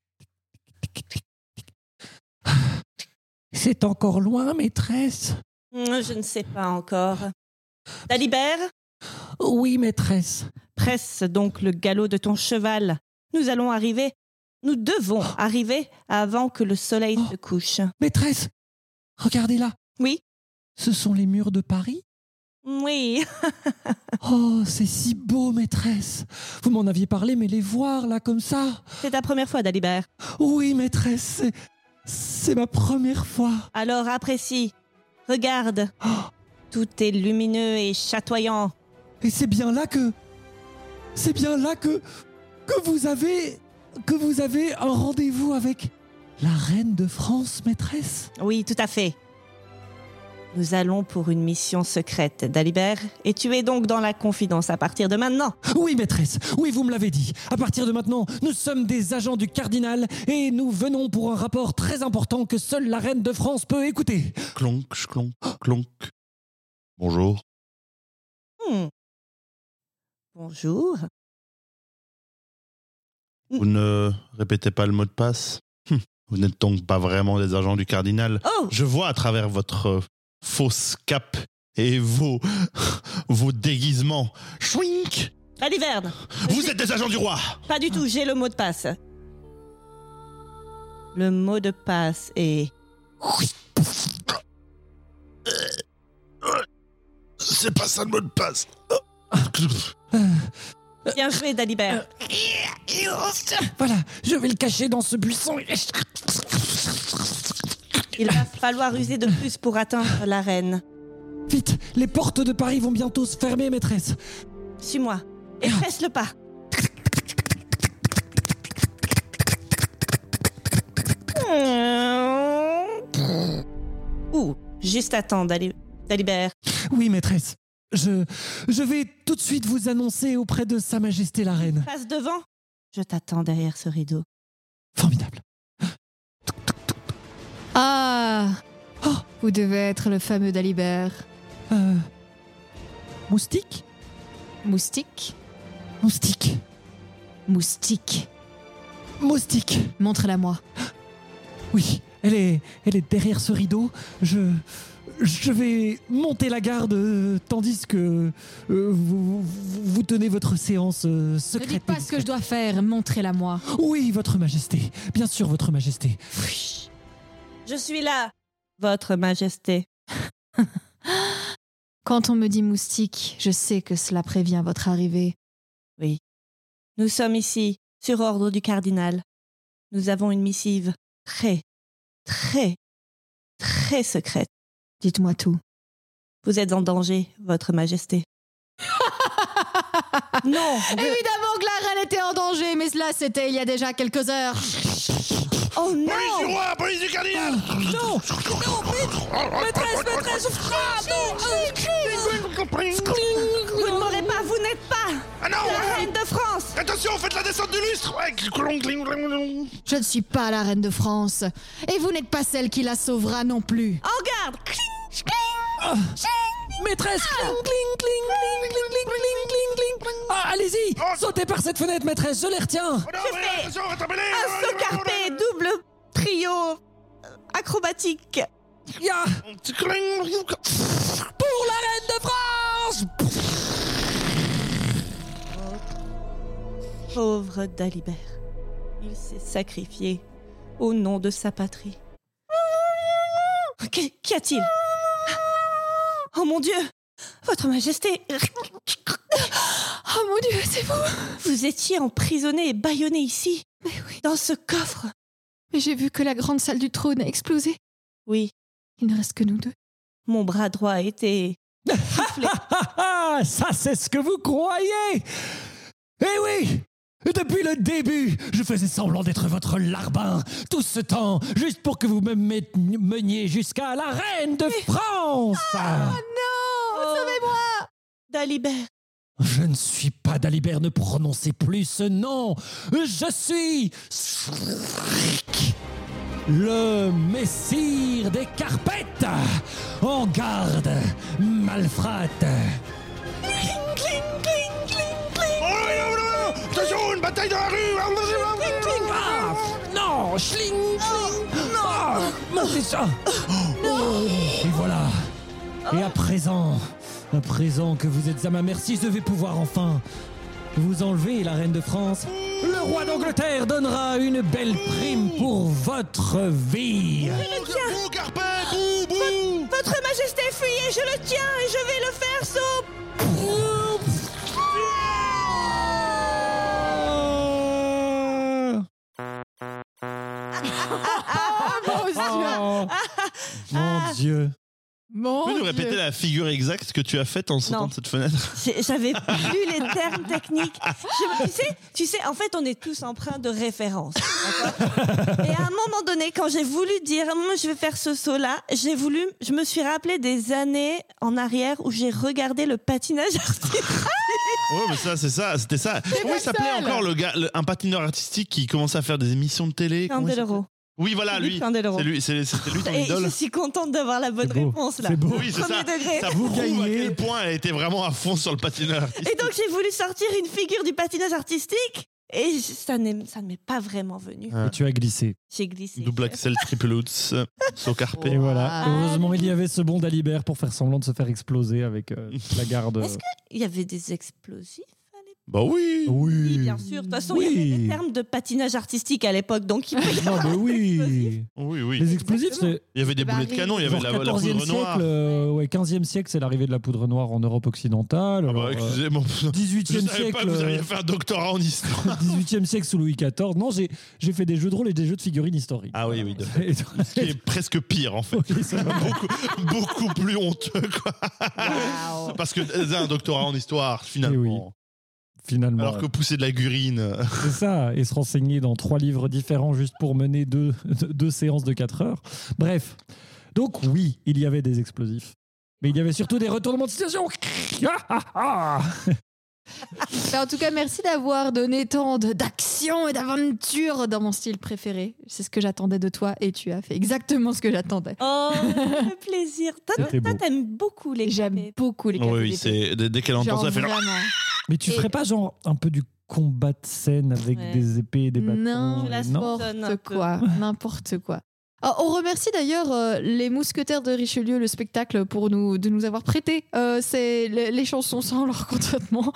Speaker 3: C'est encore loin, maîtresse.
Speaker 4: Je ne sais pas encore. Dalibert,
Speaker 3: Oui, maîtresse.
Speaker 4: presse donc le galop de ton cheval. Nous devons arriver avant que le soleil se couche.
Speaker 3: Maîtresse, regardez là.
Speaker 4: Oui,
Speaker 3: Ce sont les murs de Paris.
Speaker 4: oui.
Speaker 3: Oh, c'est si beau, maîtresse. Vous m'en aviez parlé, mais les voir là comme ça.
Speaker 4: C'est ta première fois, Dalibert.
Speaker 3: Oui, maîtresse, c'est ma première fois.
Speaker 4: Alors apprécie. Regarde. Tout est lumineux et chatoyant.
Speaker 3: Et c'est bien là que vous avez un rendez-vous avec la reine de France, maîtresse.
Speaker 4: Oui, tout à fait. Nous allons pour une mission secrète, Dalibert, et tu es donc dans la confidence à partir de maintenant.
Speaker 3: Oui, maîtresse, oui, vous me l'avez dit. À partir de maintenant, nous sommes des agents du cardinal et nous venons pour un rapport très important que seule la reine de France peut écouter.
Speaker 2: Clonk, clonk, clonk. Bonjour.
Speaker 4: Bonjour.
Speaker 2: Vous ne répétez pas le mot de passe? Vous n'êtes donc pas vraiment des agents du cardinal?
Speaker 4: Oh,
Speaker 2: Je vois à travers votre fausse cape et vos déguisements. Chouink!
Speaker 4: Dalibert.
Speaker 2: Vous êtes des agents du roi!
Speaker 4: Pas du tout, j'ai le mot de passe. Le mot de passe est...
Speaker 2: C'est pas ça le mot de passe.
Speaker 4: Bien joué, Dalibert.
Speaker 3: Voilà, je vais le cacher dans ce buisson.
Speaker 4: Il va falloir user de plus pour atteindre la reine.
Speaker 3: Vite, les portes de Paris vont bientôt se fermer, maîtresse.
Speaker 4: Suis-moi et presse le pas. Juste attends, Dalibert.
Speaker 3: Oui, maîtresse. Je vais tout de suite vous annoncer auprès de Sa Majesté la Reine.
Speaker 4: Passe devant. Je t'attends derrière ce rideau.
Speaker 3: Formidable.
Speaker 1: Ah,
Speaker 3: Oh,
Speaker 1: vous devez être le fameux Dalibert.
Speaker 3: moustique?
Speaker 1: Moustique?
Speaker 3: Moustique.
Speaker 1: Moustique.
Speaker 3: Moustique.
Speaker 1: Montre-la-moi.
Speaker 3: Oui, elle est derrière ce rideau. Je vais monter la garde tandis que vous tenez votre séance
Speaker 1: Ne
Speaker 3: secrète.
Speaker 1: dites pas ce que je dois faire, montrez-la-moi.
Speaker 3: Oui, votre majesté. Bien sûr, votre majesté.
Speaker 4: Je suis là, votre majesté.
Speaker 1: Quand on me dit moustique, je sais que cela prévient votre arrivée.
Speaker 4: Oui. Nous sommes ici, sur ordre du cardinal. Nous avons une missive très, très, très secrète.
Speaker 1: Dites-moi tout.
Speaker 4: Vous êtes en danger, votre majesté. Non,
Speaker 1: Évidemment que la reine était en danger, mais cela c'était il y a déjà quelques heures.
Speaker 4: oh
Speaker 2: Police du
Speaker 4: non.
Speaker 2: roi! Police du cardinal!
Speaker 3: Non, maîtresse,
Speaker 4: Vous ne m'aurez pas, vous n'êtes pas
Speaker 2: Ah non!
Speaker 4: la reine de France.
Speaker 2: Attention, faites la descente du lustre! Ouais, clonk, clonk, clonk, clonk.
Speaker 1: Je ne suis pas la reine de France. Et vous n'êtes pas celle qui la sauvera non plus.
Speaker 4: En garde.
Speaker 3: maîtresse. Ah, allez-y, sautez par cette fenêtre, maîtresse, je les retiens.
Speaker 2: Oh non, mais attention, rattrapez-les!
Speaker 4: Un saut carpé, double trio acrobatique.
Speaker 3: Ya,
Speaker 2: Clonk.
Speaker 3: pour la reine de France.
Speaker 4: Pauvre Dalibert. Il s'est sacrifié au nom de sa patrie. Qu'y a-t-il? Oh mon Dieu! Votre Majesté!
Speaker 1: Oh mon Dieu, c'est vous!
Speaker 4: Vous étiez emprisonné et bâillonné ici?
Speaker 1: Mais oui.
Speaker 4: Dans ce coffre?
Speaker 1: Mais j'ai vu que la grande salle du trône a explosé.
Speaker 4: Oui,
Speaker 1: Il ne reste que nous deux.
Speaker 4: mon bras droit a été...
Speaker 3: Ça, c'est ce que vous croyez. Eh oui, depuis le début, je faisais semblant d'être votre larbin. Tout ce temps, juste pour que vous me meniez jusqu'à la reine de France.
Speaker 1: Non! Sauvez-moi!
Speaker 4: Dalibert!
Speaker 3: Je ne suis pas Dalibert, ne prononcez plus ce nom. Je suis le messire des carpettes. En garde, malfrate.
Speaker 2: Oh non! Attention, une bataille dans la rue!
Speaker 3: Ah, non, schling, schling. Ah, montez ça. Et voilà, Et à présent que vous êtes à ma merci, je vais pouvoir enfin vous enlever la reine de France. Le roi d'Angleterre donnera une belle prime pour votre vie.
Speaker 2: Bouh, Carpet, bouh, bouh.
Speaker 4: Votre Majesté, fuyez, je le tiens et je vais le faire sauter.
Speaker 3: Mon Dieu.
Speaker 1: Mon
Speaker 2: Tu peux nous
Speaker 1: Dieu.
Speaker 2: répéter la figure exacte que tu as faite en sautant
Speaker 4: Non.
Speaker 2: de cette fenêtre?
Speaker 4: J'avais plus les termes techniques. Tu sais, en fait, on est tous empreints de référence. D'accord. Et à un moment donné, quand j'ai voulu dire, je vais faire ce saut-là, je me suis rappelé des années en arrière où j'ai regardé le patinage artistique.
Speaker 2: Ouais, mais ça, c'est ça, c'était ça. Comment il s'appelait
Speaker 1: seul.
Speaker 2: encore le gars, un patineur artistique qui commençait à faire des émissions de télé? Comment il s'appelait?
Speaker 4: Candeloro.
Speaker 2: Oui, voilà,
Speaker 4: Philippe
Speaker 2: lui.
Speaker 4: Candeloro.
Speaker 2: C'était lui ton
Speaker 4: Et
Speaker 2: idole.
Speaker 4: je suis contente d'avoir la bonne
Speaker 3: C'est beau.
Speaker 4: réponse là.
Speaker 3: C'est beau.
Speaker 2: Oui, c'est
Speaker 4: Premier
Speaker 2: ça.
Speaker 4: degré.
Speaker 2: Ça
Speaker 3: Vous
Speaker 2: prouve à
Speaker 3: gagnez.
Speaker 2: quel point elle était vraiment à fond sur le patineur artistique.
Speaker 4: Et donc j'ai voulu sortir une figure du patinage artistique et ça ne m'est pas vraiment venu.
Speaker 2: Ah.
Speaker 3: Et tu as glissé.
Speaker 4: J'ai glissé.
Speaker 2: Double axel, triple outs, saut carpé.
Speaker 3: Et voilà.
Speaker 1: Wow.
Speaker 3: Heureusement, il y avait ce bon d'Alibert pour faire semblant de se faire exploser avec la garde.
Speaker 4: Est-ce Il y avait des explosifs à l'époque.
Speaker 2: Bah oui.
Speaker 4: Oui, bien sûr. De toute façon, il y avait des termes de patinage artistique à l'époque, donc il peut y
Speaker 3: Non,
Speaker 4: avoir
Speaker 3: mais oui.
Speaker 2: Oui, oui.
Speaker 3: Les explosifs, c'est
Speaker 2: Il y avait des
Speaker 1: Bah,
Speaker 2: boulets de canon, il y avait
Speaker 3: genre
Speaker 2: la
Speaker 3: 14e
Speaker 2: poudre noire.
Speaker 3: siècle, ouais, 15e siècle, c'est l'arrivée de la poudre noire en Europe occidentale.
Speaker 2: Ah bah,
Speaker 3: Alors,
Speaker 2: excusez-moi. Je
Speaker 3: 18e
Speaker 2: savais pas
Speaker 3: siècle,
Speaker 2: que vous alliez faire un doctorat en histoire.
Speaker 3: 18e siècle sous Louis XIV. Non, j'ai fait des jeux de rôle et des jeux de figurines historiques.
Speaker 2: Ah oui, oui.
Speaker 3: Et-
Speaker 2: Ce qui est presque pire, en fait.
Speaker 3: Oui, ça va.
Speaker 2: Beaucoup plus honteux, quoi.
Speaker 1: Wow.
Speaker 2: Parce que c'est un doctorat en histoire, finalement.
Speaker 3: Finalement.
Speaker 2: Alors que pousser de la gurine.
Speaker 3: C'est ça, et se renseigner dans 3 livres différents juste pour mener deux séances de 4 heures. Bref, donc oui, il y avait des explosifs. Mais il y avait surtout des retournements de situation. Ah, ah, ah.
Speaker 1: Mais en tout cas, merci d'avoir donné tant d'action et d'aventure dans mon style préféré. C'est ce que j'attendais de toi et tu as fait exactement ce que j'attendais.
Speaker 4: Oh, ça fait plaisir.
Speaker 3: C'était
Speaker 4: Toi,
Speaker 3: beau.
Speaker 4: t'aimes beaucoup les
Speaker 1: J'aime
Speaker 4: capés.
Speaker 1: beaucoup les
Speaker 2: Oui,
Speaker 1: cafés
Speaker 2: oui,
Speaker 1: d'épée.
Speaker 2: c'est dès qu'elle entend
Speaker 1: Genre
Speaker 2: ça, elle fait.
Speaker 1: vraiment.
Speaker 3: Mais tu
Speaker 1: Et-
Speaker 3: ferais pas genre un peu du combat de scène avec
Speaker 4: Ouais.
Speaker 3: des épées et des bâtons
Speaker 1: Non,
Speaker 4: Tu la
Speaker 3: non.
Speaker 4: sonnes un
Speaker 1: n'importe
Speaker 4: peu.
Speaker 1: quoi, n'importe quoi. Ah, on remercie d'ailleurs les Mousquetaires de Richelieu, le spectacle, de nous avoir prêté les chansons sans leur consentement.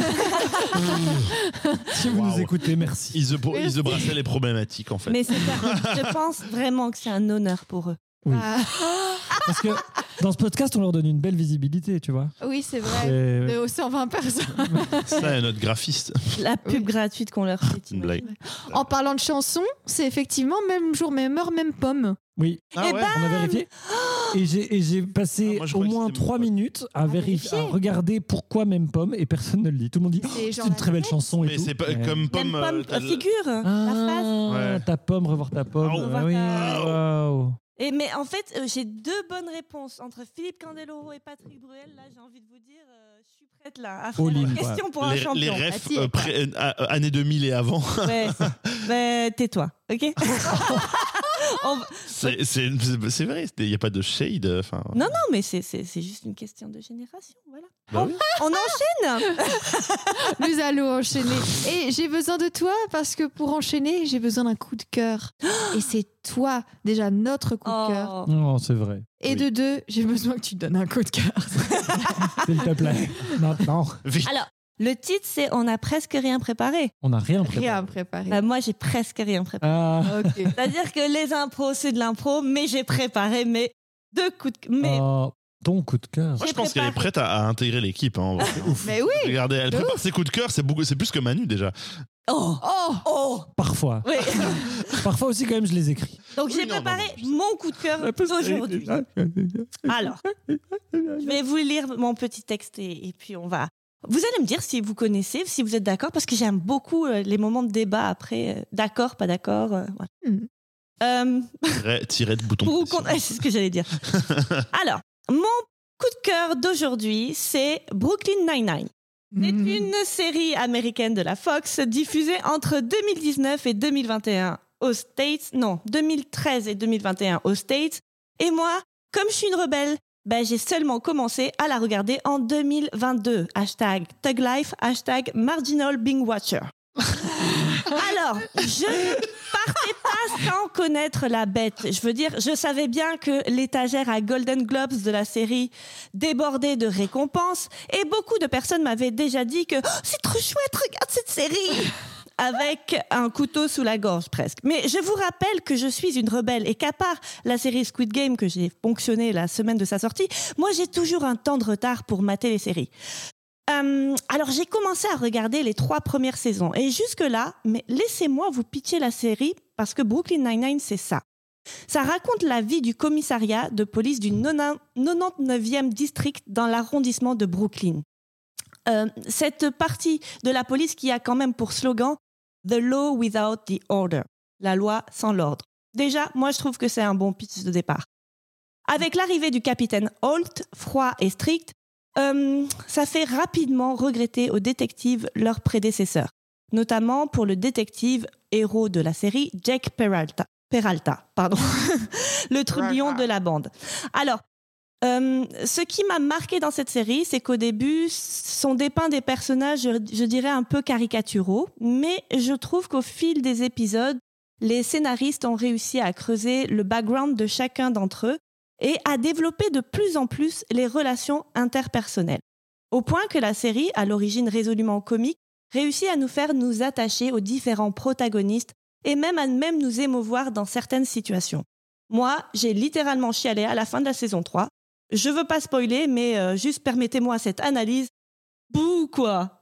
Speaker 3: Si vous
Speaker 2: Waouh.
Speaker 3: nous écoutez, merci.
Speaker 2: Ils se brassaient les problématiques, en fait.
Speaker 4: Mais je pense vraiment que c'est un honneur pour eux.
Speaker 3: Oui.
Speaker 1: Ah,
Speaker 3: Parce que dans ce podcast, on leur donne une belle visibilité, tu vois.
Speaker 1: oui, c'est vrai.
Speaker 3: Et-
Speaker 1: De 120 personnes.
Speaker 2: Ça, est notre graphiste.
Speaker 4: La pub gratuite qu'on leur fait.
Speaker 2: Une blague.
Speaker 1: En parlant de chansons, c'est effectivement même jour, même heure, même pomme.
Speaker 3: Oui,
Speaker 2: Ah
Speaker 4: Et
Speaker 2: ouais.
Speaker 3: on a vérifié. Et j'ai passé
Speaker 2: Ah, moi, je
Speaker 3: au
Speaker 2: croyais que
Speaker 3: moins
Speaker 2: c'était
Speaker 3: 3
Speaker 2: même pas.
Speaker 3: minutes à vérifier, à regarder pourquoi même pomme et personne ne le dit. Tout le monde dit
Speaker 1: C'est
Speaker 3: c'est
Speaker 1: genre
Speaker 3: une
Speaker 1: la
Speaker 3: très belle
Speaker 1: fête.
Speaker 3: chanson et
Speaker 2: Mais
Speaker 3: tout.
Speaker 2: c'est pas
Speaker 3: Mais-
Speaker 2: comme
Speaker 4: Même
Speaker 2: pomme.
Speaker 4: pomme,
Speaker 2: t'as le-
Speaker 4: figure, la face.
Speaker 3: Ah,
Speaker 2: Ouais.
Speaker 3: ta pomme, revoir ta pomme.
Speaker 2: Ah,
Speaker 3: Ah oui, waouh.
Speaker 4: Et mais en fait, j'ai 2 bonnes réponses entre Philippe Candeloro et Patrick Bruel. Là, j'ai envie de vous dire, je suis prête là à faire
Speaker 3: All in,
Speaker 4: une
Speaker 3: quoi.
Speaker 4: question pour un
Speaker 2: les
Speaker 4: champion.
Speaker 2: refs
Speaker 1: Ah, si.
Speaker 2: années 2000 et avant.
Speaker 4: Ouais, mais tais-toi, ok.
Speaker 2: C'est vrai, il n'y a pas de shade. Enfin,
Speaker 4: Non, mais c'est juste une question de génération, voilà.
Speaker 2: bah oui.
Speaker 4: On enchaîne.
Speaker 1: Nous allons enchaîner. Et j'ai besoin de toi parce que pour enchaîner, j'ai besoin d'un coup de cœur. Et c'est toi, déjà, notre coup de cœur.
Speaker 4: Oh.
Speaker 3: Non, c'est vrai.
Speaker 1: Et
Speaker 2: Oui.
Speaker 1: de 2, j'ai besoin que tu donnes un coup de cœur.
Speaker 3: S'il te plaît. Maintenant,
Speaker 2: Vite.
Speaker 4: Alors, le titre, c'est On n'a presque rien préparé.
Speaker 3: on n'a rien préparé.
Speaker 1: Rien préparé.
Speaker 4: Bah, moi, j'ai presque rien préparé.
Speaker 3: Ah,
Speaker 1: Ok.
Speaker 4: C'est-à-dire que les impros, c'est de l'impro, mais j'ai préparé mes 2 coups de cœur. Mais
Speaker 3: oh, ton coup de cœur.
Speaker 2: Moi, je
Speaker 4: j'ai
Speaker 2: pense qu'elle est
Speaker 4: préparé.
Speaker 2: prête à intégrer l'équipe. Hein, en vrai.
Speaker 1: Mais oui.
Speaker 2: Regardez, elle
Speaker 1: De
Speaker 2: prépare ses coups de cœur, c'est plus que Manu déjà.
Speaker 4: Oh,
Speaker 1: Oh.
Speaker 3: Parfois.
Speaker 4: oui.
Speaker 3: Parfois aussi, quand même, je les écris.
Speaker 4: Donc
Speaker 2: Oui,
Speaker 4: j'ai
Speaker 2: non,
Speaker 4: préparé
Speaker 2: non,
Speaker 4: mon coup de cœur d'aujourd'hui. Alors, je vais vous lire mon petit texte et puis on va. Vous allez me dire si vous connaissez, si vous êtes d'accord, parce que j'aime beaucoup les moments de débat après. D'accord, pas d'accord. Voilà.
Speaker 2: Tirer de bouton.
Speaker 4: Pour ou
Speaker 2: de pression.
Speaker 4: contre, c'est ce que j'allais dire. Alors, mon coup de cœur d'aujourd'hui, c'est Brooklyn Nine-Nine. C'est une série américaine de la Fox diffusée entre 2019 et 2021 aux States. Non, 2013 et 2021 aux States. Et moi, comme je suis une rebelle, j'ai seulement commencé à la regarder en 2022. Hashtag Thug Life, hashtag Marginal Being Watcher. Alors, je ne partais pas sans connaître la bête. Je veux dire, je savais bien que l'étagère à Golden Globes de la série débordait de récompenses et beaucoup de personnes m'avaient déjà dit que oh, c'est trop chouette, regarde cette série avec un couteau sous la gorge presque. Mais je vous rappelle que je suis une rebelle et qu'à part la série Squid Game que j'ai ponctionnée la semaine de sa sortie, moi j'ai toujours un temps de retard pour mater les séries. Alors j'ai commencé à regarder les 3 premières saisons et jusque-là, mais laissez-moi vous pitcher la série parce que Brooklyn Nine-Nine c'est ça. Ça raconte la vie du commissariat de police du 99e district dans l'arrondissement de Brooklyn. Cette partie de la police qui a quand même pour slogan « The law without the order », la loi sans l'ordre. Déjà, moi je trouve que c'est un bon pitch de départ. Avec l'arrivée du capitaine Holt, froid et strict, ça fait rapidement regretter aux détectives leurs prédécesseurs, notamment pour le détective héros de la série, Jake Peralta, le trublion de la bande. Alors, ce qui m'a marqué dans cette série, c'est qu'au début, sont dépeints des personnages, je dirais, un peu caricaturaux, mais je trouve qu'au fil des épisodes, les scénaristes ont réussi à creuser le background de chacun d'entre eux et à développer de plus en plus les relations interpersonnelles. Au point que la série, à l'origine résolument comique, réussit à nous faire nous attacher aux différents protagonistes et même à nous émouvoir dans certaines situations. Moi, j'ai littéralement chialé à la fin de la saison 3. Je veux pas spoiler, mais juste permettez-moi cette analyse. Bouh, quoi.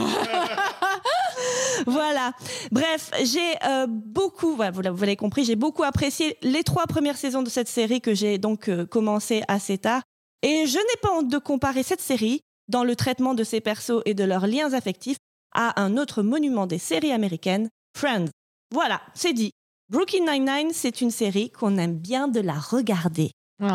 Speaker 4: Voilà. Bref, j'ai beaucoup, voilà, vous l'avez compris, j'ai beaucoup apprécié les 3 premières saisons de cette série que j'ai donc commencé assez tard. Et je n'ai pas honte de comparer cette série, dans le traitement de ses persos et de leurs liens affectifs, à un autre monument des séries américaines, Friends. Voilà, c'est dit. Brooklyn Nine-Nine, c'est une série qu'on aime bien de la regarder.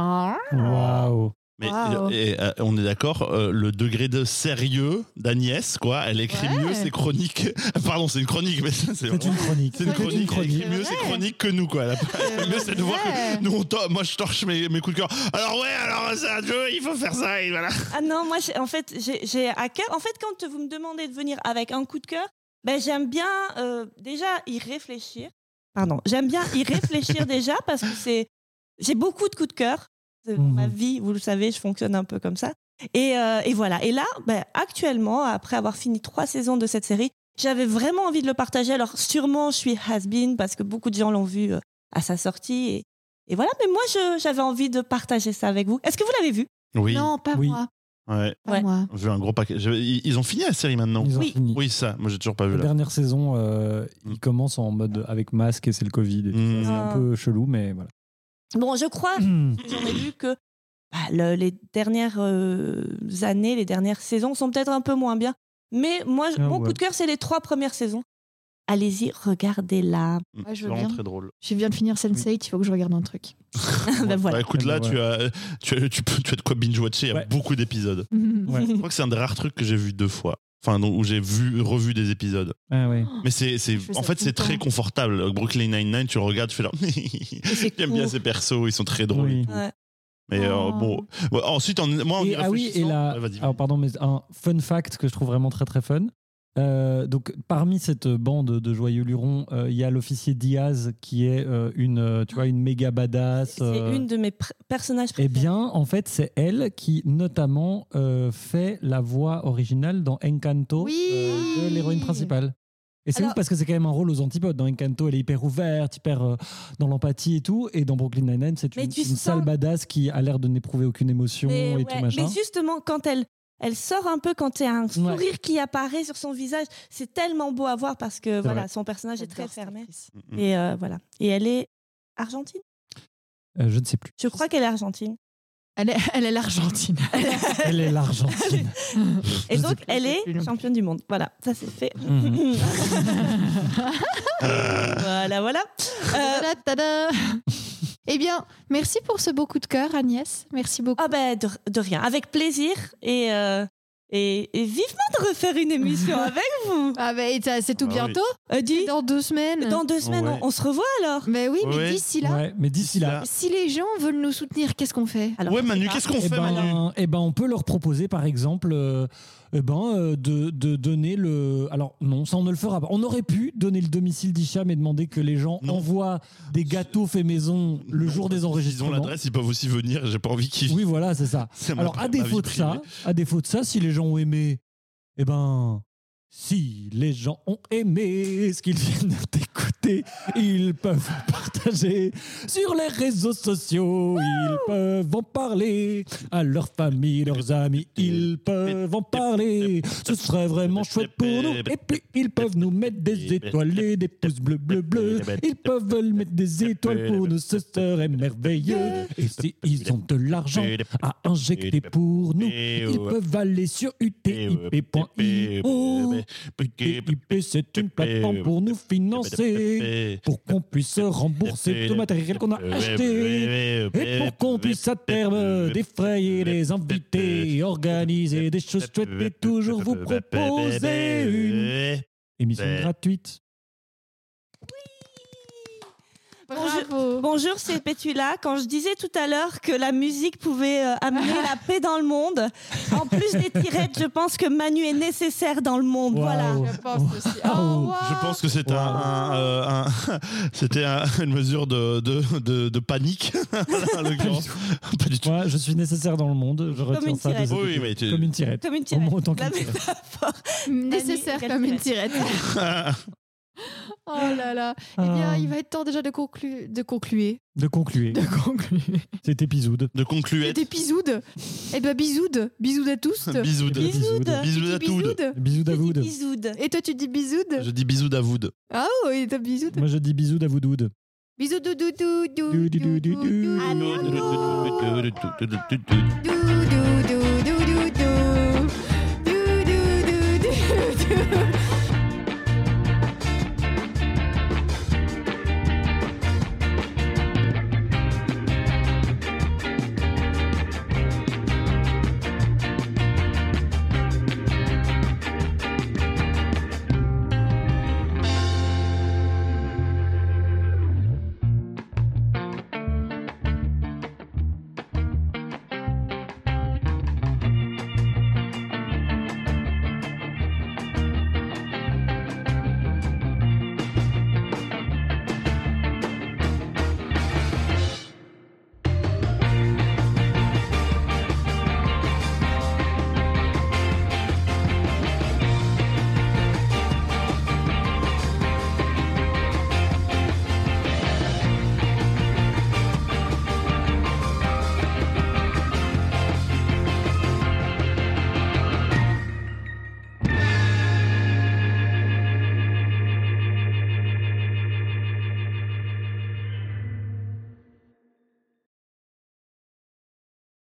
Speaker 3: Waouh.
Speaker 2: Mais on est d'accord, le degré de sérieux d'Agnès, quoi, elle écrit mieux ses chroniques. Pardon, c'est une chronique, mais c'est
Speaker 3: une chronique.
Speaker 2: C'est une chronique. Elle écrit mieux ses chroniques que nous, quoi. Elle a mieux cette voix que nous. Moi, je torche mes coups de cœur. Alors c'est un jeu, il faut faire ça, et voilà.
Speaker 4: Ah non, moi, j'ai à cœur. En fait, quand vous me demandez de venir avec un coup de cœur, ben j'aime bien déjà y réfléchir. J'aime bien y réfléchir déjà parce que j'ai beaucoup de coups de cœur. Dans ma vie, vous le savez, je fonctionne un peu comme ça. Et voilà. Et là, actuellement, après avoir fini 3 saisons de cette série, j'avais vraiment envie de le partager. Alors sûrement, je suis has-been parce que beaucoup de gens l'ont vu à sa sortie. Et voilà, mais moi, j'avais envie de partager ça avec vous. Est-ce que vous l'avez vu ?
Speaker 2: Oui.
Speaker 1: Non, pas moi.
Speaker 2: Ouais.
Speaker 1: Pas moi.
Speaker 2: J'ai vu un gros paquet. Ils ont fini la série maintenant.
Speaker 3: Ils ont fini.
Speaker 2: Oui, ça. Moi, j'ai toujours pas vu.
Speaker 3: La dernière saison, ils commencent en mode avec masque et c'est le Covid. Et tout ça. C'est un peu chelou, mais voilà.
Speaker 4: Bon, je crois, j'en ai vu que les dernières années, les dernières saisons sont peut-être un peu moins bien. Mais moi, mon coup de cœur, c'est les 3 premières saisons. Allez-y, regardez-la.
Speaker 1: Ouais, je
Speaker 2: c'est
Speaker 1: veux
Speaker 2: vraiment
Speaker 1: bien.
Speaker 2: très drôle.
Speaker 1: Je viens de finir Sense8, il faut que je regarde un truc.
Speaker 4: Voilà.
Speaker 2: Écoute, là, tu as de quoi binge-watcher. Il y a beaucoup d'épisodes.
Speaker 3: Ouais.
Speaker 2: Je crois que c'est un des rares trucs que j'ai vu 2 fois. Enfin, où j'ai revu des épisodes.
Speaker 3: Ah ouais.
Speaker 2: Mais en fait, c'est très confortable. Brooklyn Nine-Nine, tu regardes, tu fais là. J'aime bien ces persos, ils sont très drôles.
Speaker 3: Oui.
Speaker 2: Et tout.
Speaker 4: Ouais.
Speaker 2: Mais bon. Ensuite, moi, en y réfléchissant... Vas-y.
Speaker 3: Alors, pardon, mais un fun fact que je trouve vraiment très très fun. Donc, parmi cette bande de joyeux lurons, il y a l'officier Diaz qui est une méga badass.
Speaker 4: C'est une de mes personnages préférés.
Speaker 3: Eh bien, en fait, c'est elle qui, notamment, fait la voix originale dans Encanto de l'héroïne principale. Et c'est ouf parce que c'est quand même un rôle aux antipodes. Dans Encanto, elle est hyper ouverte, hyper dans l'empathie et tout. Et dans Brooklyn Nine-Nine, c'est une sale badass qui a l'air de n'éprouver aucune émotion tout machin.
Speaker 4: Mais justement, quand elle sort un peu, quand il y a un sourire qui apparaît sur son visage, c'est tellement beau à voir parce que son personnage est très fermé. Et voilà. Et elle est argentine ?
Speaker 3: Je ne sais plus.
Speaker 4: Je crois qu'elle est argentine.
Speaker 1: Elle est l'Argentine.
Speaker 3: Elle est l'Argentine.
Speaker 4: Et donc, elle est championne du monde. Voilà, ça c'est fait. Voilà.
Speaker 1: Tada. Eh bien, merci pour ce beau coup de cœur, Agnès. Merci beaucoup.
Speaker 4: Ah de rien. Avec plaisir. Et Et vivement de refaire une émission avec vous.
Speaker 1: Ah c'est tout bientôt.
Speaker 4: Dis,
Speaker 1: Dans 2 semaines.
Speaker 4: dans 2 semaines,
Speaker 2: Ouais.
Speaker 4: on se revoit alors.
Speaker 1: Mais oui, mais
Speaker 2: Ouais.
Speaker 1: d'ici là,
Speaker 3: Ouais, mais d'ici là,
Speaker 1: si les gens veulent nous soutenir, qu'est-ce qu'on fait?
Speaker 4: Alors,
Speaker 2: Ouais,
Speaker 4: je sais
Speaker 2: Manu,
Speaker 4: pas.
Speaker 2: qu'est-ce qu'on fait, Manu?
Speaker 3: on peut leur proposer, par exemple, de donner le... Alors non, ça on ne le fera pas. On aurait pu donner le domicile d'Hicham et demander que les gens
Speaker 2: Non.
Speaker 3: envoient des gâteaux faits maison le jour des
Speaker 2: Ils ont
Speaker 3: enregistrements.
Speaker 2: l'adresse, ils peuvent aussi venir. J'ai pas envie qu'ils.
Speaker 3: Oui, voilà, c'est ça.
Speaker 2: Ça
Speaker 3: Alors
Speaker 2: m'appelle
Speaker 3: à
Speaker 2: ma
Speaker 3: défaut
Speaker 2: vie
Speaker 3: de ça,
Speaker 2: privée.
Speaker 3: si les gens ont aimé, si les gens ont aimé ce qu'ils viennent d'écouter, ils peuvent partager sur les réseaux sociaux, ils peuvent en parler à leur famille, leurs amis, ils peuvent en parler. Ce serait vraiment chouette pour nous. Et puis ils peuvent nous mettre des étoiles et des pouces bleus, bleus, bleus. Ils peuvent mettre des étoiles pour nous, ce serait merveilleux. Et si ils ont de l'argent à injecter pour nous, ils peuvent aller sur utip.io. UTIP, c'est une plateforme pour nous financer, pour qu'on puisse rembourser tout le matériel qu'on a acheté, et pour qu'on puisse à terme défrayer les invités, organiser des choses chouettes et toujours vous proposer une émission gratuite.
Speaker 1: Bravo.
Speaker 4: Bonjour, c'est Pétula. Quand je disais tout à l'heure que la musique pouvait amener la paix dans le monde, en plus des tirettes, je pense que Manu est nécessaire dans le monde.
Speaker 3: Wow.
Speaker 4: Voilà.
Speaker 1: Je pense aussi.
Speaker 3: Wow.
Speaker 1: Oh, wow.
Speaker 2: Je pense que c'est c'était une mesure de panique. En l'occurrence. Pas du tout.
Speaker 3: Moi, je suis nécessaire dans le monde. Je retiens
Speaker 4: une
Speaker 3: ça.
Speaker 4: tirette.
Speaker 3: des
Speaker 2: Oui,
Speaker 3: épisodes.
Speaker 2: mais tu-
Speaker 3: Comme une tirette.
Speaker 4: Comme une
Speaker 3: Au
Speaker 4: tirette.
Speaker 3: moins autant
Speaker 4: La
Speaker 3: qu'une tirette.
Speaker 4: métaphore.
Speaker 1: Nécessaire
Speaker 4: Dani,
Speaker 1: comme une
Speaker 4: quelle
Speaker 1: tirette. Oh là là. Eh bien,
Speaker 3: Ah.
Speaker 1: il va être temps déjà de conclure.
Speaker 3: De conclure cet épisode.
Speaker 2: De conclure.
Speaker 1: Cet épisode. Eh bien, bisoude. Bisoude à tous.
Speaker 2: Bisous.
Speaker 4: Bisoude.
Speaker 2: Bisous à tous.
Speaker 3: Bisous d'Avoud.
Speaker 4: Bisoude.
Speaker 1: Et toi, tu dis bisoude?
Speaker 2: Je dis bisous d'Avoud.
Speaker 1: Ah oui, t'as bisoude.
Speaker 3: Moi, je dis bisous d'Avoudoud.
Speaker 1: Bisous, doudou, doudou,
Speaker 3: Doudou, doudou, doudou.
Speaker 1: doudou,
Speaker 4: À bientôt.
Speaker 1: doudou.